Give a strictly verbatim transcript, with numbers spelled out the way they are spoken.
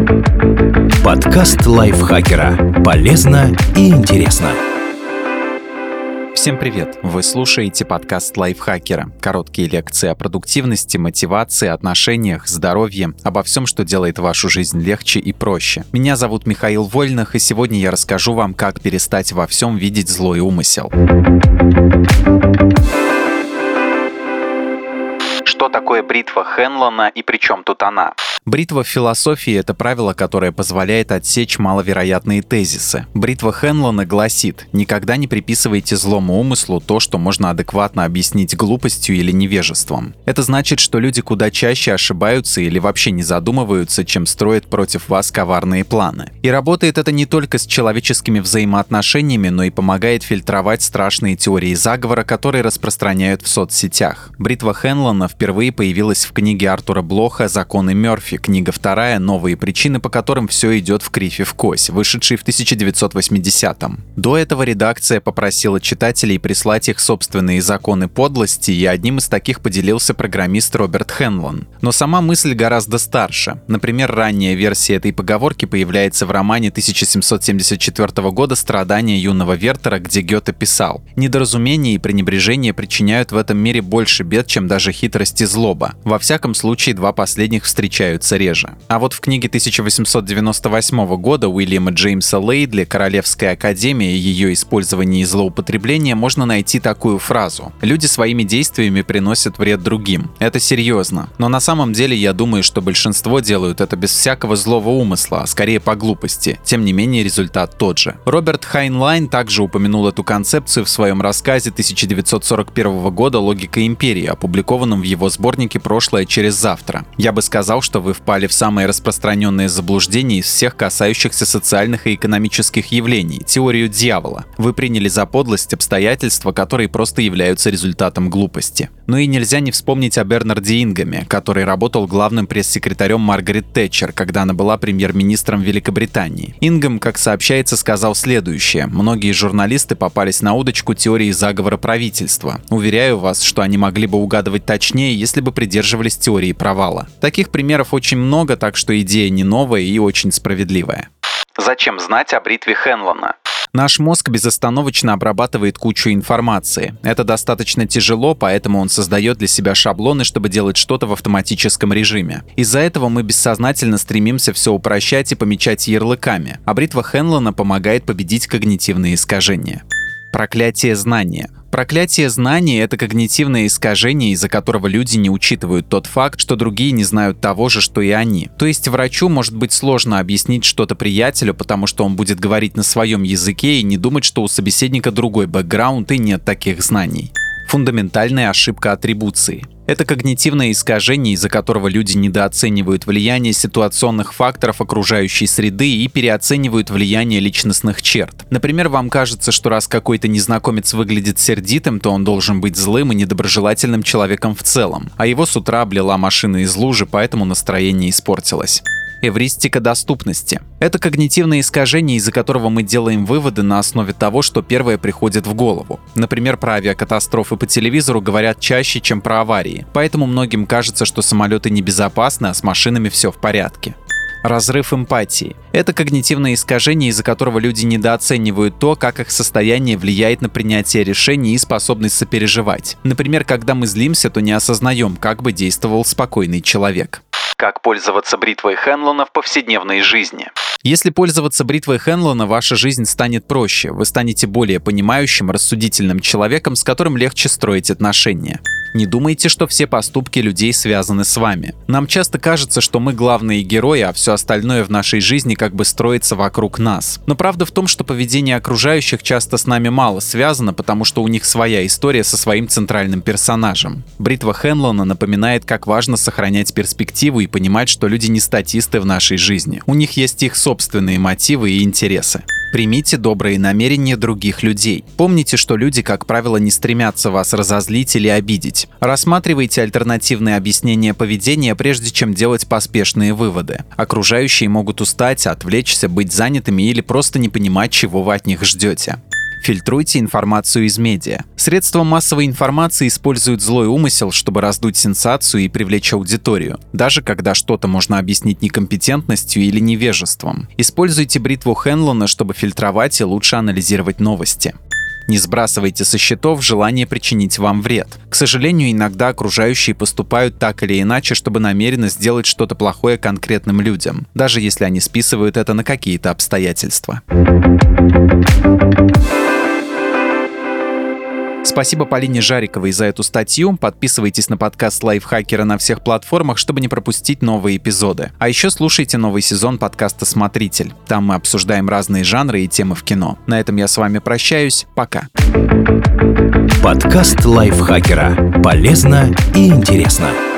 Подкаст лайфхакера. Полезно и интересно. Всем привет! Вы слушаете подкаст лайфхакера. Короткие лекции о продуктивности, мотивации, отношениях, здоровье, обо всем, что делает вашу жизнь легче и проще. Меня зовут Михаил Вольных, и сегодня я расскажу вам, как перестать во всем видеть злой умысел. Что такое бритва Хенлона и при чем тут она? Бритва в философии – это правило, которое позволяет отсечь маловероятные тезисы. Бритва Хенлона гласит: никогда не приписывайте злому умыслу то, что можно адекватно объяснить глупостью или невежеством. Это значит, что люди куда чаще ошибаются или вообще не задумываются, чем строят против вас коварные планы. И работает это не только с человеческими взаимоотношениями, но и помогает фильтровать страшные теории заговора, которые распространяют в соцсетях. Бритва Хенлона впервые появилась в книге Артура Блоха «Законы Мёрфи», книга вторая «Новые причины, по которым все идет в кривь и в кось», вышедшей в тысяча девятьсот восьмидесятом. До этого редакция попросила читателей прислать их собственные законы подлости, и одним из таких поделился программист Роберт Хенлон. Но сама мысль гораздо старше. Например, ранняя версия этой поговорки появляется в романе тысяча семьсот семьдесят четвёртого года «Страдания юного Вертера», где Гёте писал: «Недоразумения и пренебрежения причиняют в этом мире больше бед, чем даже хитрость и злоба. Во всяком случае, два последних встречаются реже». А вот в книге тысяча восемьсот девяносто восьмого года Уильяма Джеймса Лейдли «Королевская академия и ее использование и злоупотребление» можно найти такую фразу: «Люди своими действиями приносят вред другим. Это серьезно. Но на самом деле я думаю, что большинство делают это без всякого злого умысла, а скорее по глупости. Тем не менее, результат тот же». Роберт Хайнлайн также упомянул эту концепцию в своем рассказе тысяча девятьсот сорок первого года «Логика империи», опубликованном в его сборнике «Прошлое через завтра». Я бы сказал, что вы впали в самые распространенные заблуждения из всех касающихся социальных и экономических явлений – теорию дьявола. Вы приняли за подлость обстоятельства, которые просто являются результатом глупости. Ну и нельзя не вспомнить о Бернарде Ингаме, который работал главным пресс-секретарем Маргарет Тэтчер, когда она была премьер-министром Великобритании. Ингам, как сообщается, сказал следующее: «Многие журналисты попались на удочку теории заговора правительства. Уверяю вас, что они могли бы угадывать точнее, если бы придерживались теории провала». Таких примеров очень много, так что идея не новая и очень справедливая. Зачем знать о бритве Хенлона? Наш мозг безостановочно обрабатывает кучу информации. Это достаточно тяжело, поэтому он создает для себя шаблоны, чтобы делать что-то в автоматическом режиме. Из-за этого мы бессознательно стремимся все упрощать и помечать ярлыками, а бритва Хенлона помогает победить когнитивные искажения. Проклятие знания. Проклятие знания – это когнитивное искажение, из-за которого люди не учитывают тот факт, что другие не знают того же, что и они. То есть врачу может быть сложно объяснить что-то приятелю, потому что он будет говорить на своем языке и не думать, что у собеседника другой бэкграунд и нет таких знаний. Фундаментальная ошибка атрибуции. Это когнитивное искажение, из-за которого люди недооценивают влияние ситуационных факторов окружающей среды и переоценивают влияние личностных черт. Например, вам кажется, что раз какой-то незнакомец выглядит сердитым, то он должен быть злым и недоброжелательным человеком в целом, а его с утра облила машина из лужи, поэтому настроение испортилось. Эвристика доступности. Это когнитивное искажение, из-за которого мы делаем выводы на основе того, что первое приходит в голову. Например, про авиакатастрофы по телевизору говорят чаще, чем про аварии. Поэтому многим кажется, что самолеты небезопасны, а с машинами все в порядке. Разрыв эмпатии. Это когнитивное искажение, из-за которого люди недооценивают то, как их состояние влияет на принятие решений и способность сопереживать. Например, когда мы злимся, то не осознаем, как бы действовал спокойный человек. Как пользоваться бритвой Хенлона в повседневной жизни? Если пользоваться бритвой Хенлона, ваша жизнь станет проще. Вы станете более понимающим, рассудительным человеком, с которым легче строить отношения. Не думайте, что все поступки людей связаны с вами. Нам часто кажется, что мы главные герои, а все остальное в нашей жизни как бы строится вокруг нас. Но правда в том, что поведение окружающих часто с нами мало связано, потому что у них своя история со своим центральным персонажем. Бритва Хенлона напоминает, как важно сохранять перспективу и понимать, что люди не статисты в нашей жизни. У них есть их собственные мотивы и интересы. Примите добрые намерения других людей. Помните, что люди, как правило, не стремятся вас разозлить или обидеть. Рассматривайте альтернативные объяснения поведения, прежде чем делать поспешные выводы. Окружающие могут устать, отвлечься, быть занятыми или просто не понимать, чего вы от них ждете. Фильтруйте информацию из медиа. Средства массовой информации используют злой умысел, чтобы раздуть сенсацию и привлечь аудиторию, даже когда что-то можно объяснить некомпетентностью или невежеством. Используйте бритву Хенлона, чтобы фильтровать и лучше анализировать новости. Не сбрасывайте со счетов желание причинить вам вред. К сожалению, иногда окружающие поступают так или иначе, чтобы намеренно сделать что-то плохое конкретным людям, даже если они списывают это на какие-то обстоятельства. Спасибо Полине Жариковой за эту статью. Подписывайтесь на подкаст Лайфхакера на всех платформах, чтобы не пропустить новые эпизоды. А еще слушайте новый сезон подкаста «Смотритель». Там мы обсуждаем разные жанры и темы в кино. На этом я с вами прощаюсь. Пока. Подкаст Лайфхакера. Полезно и интересно.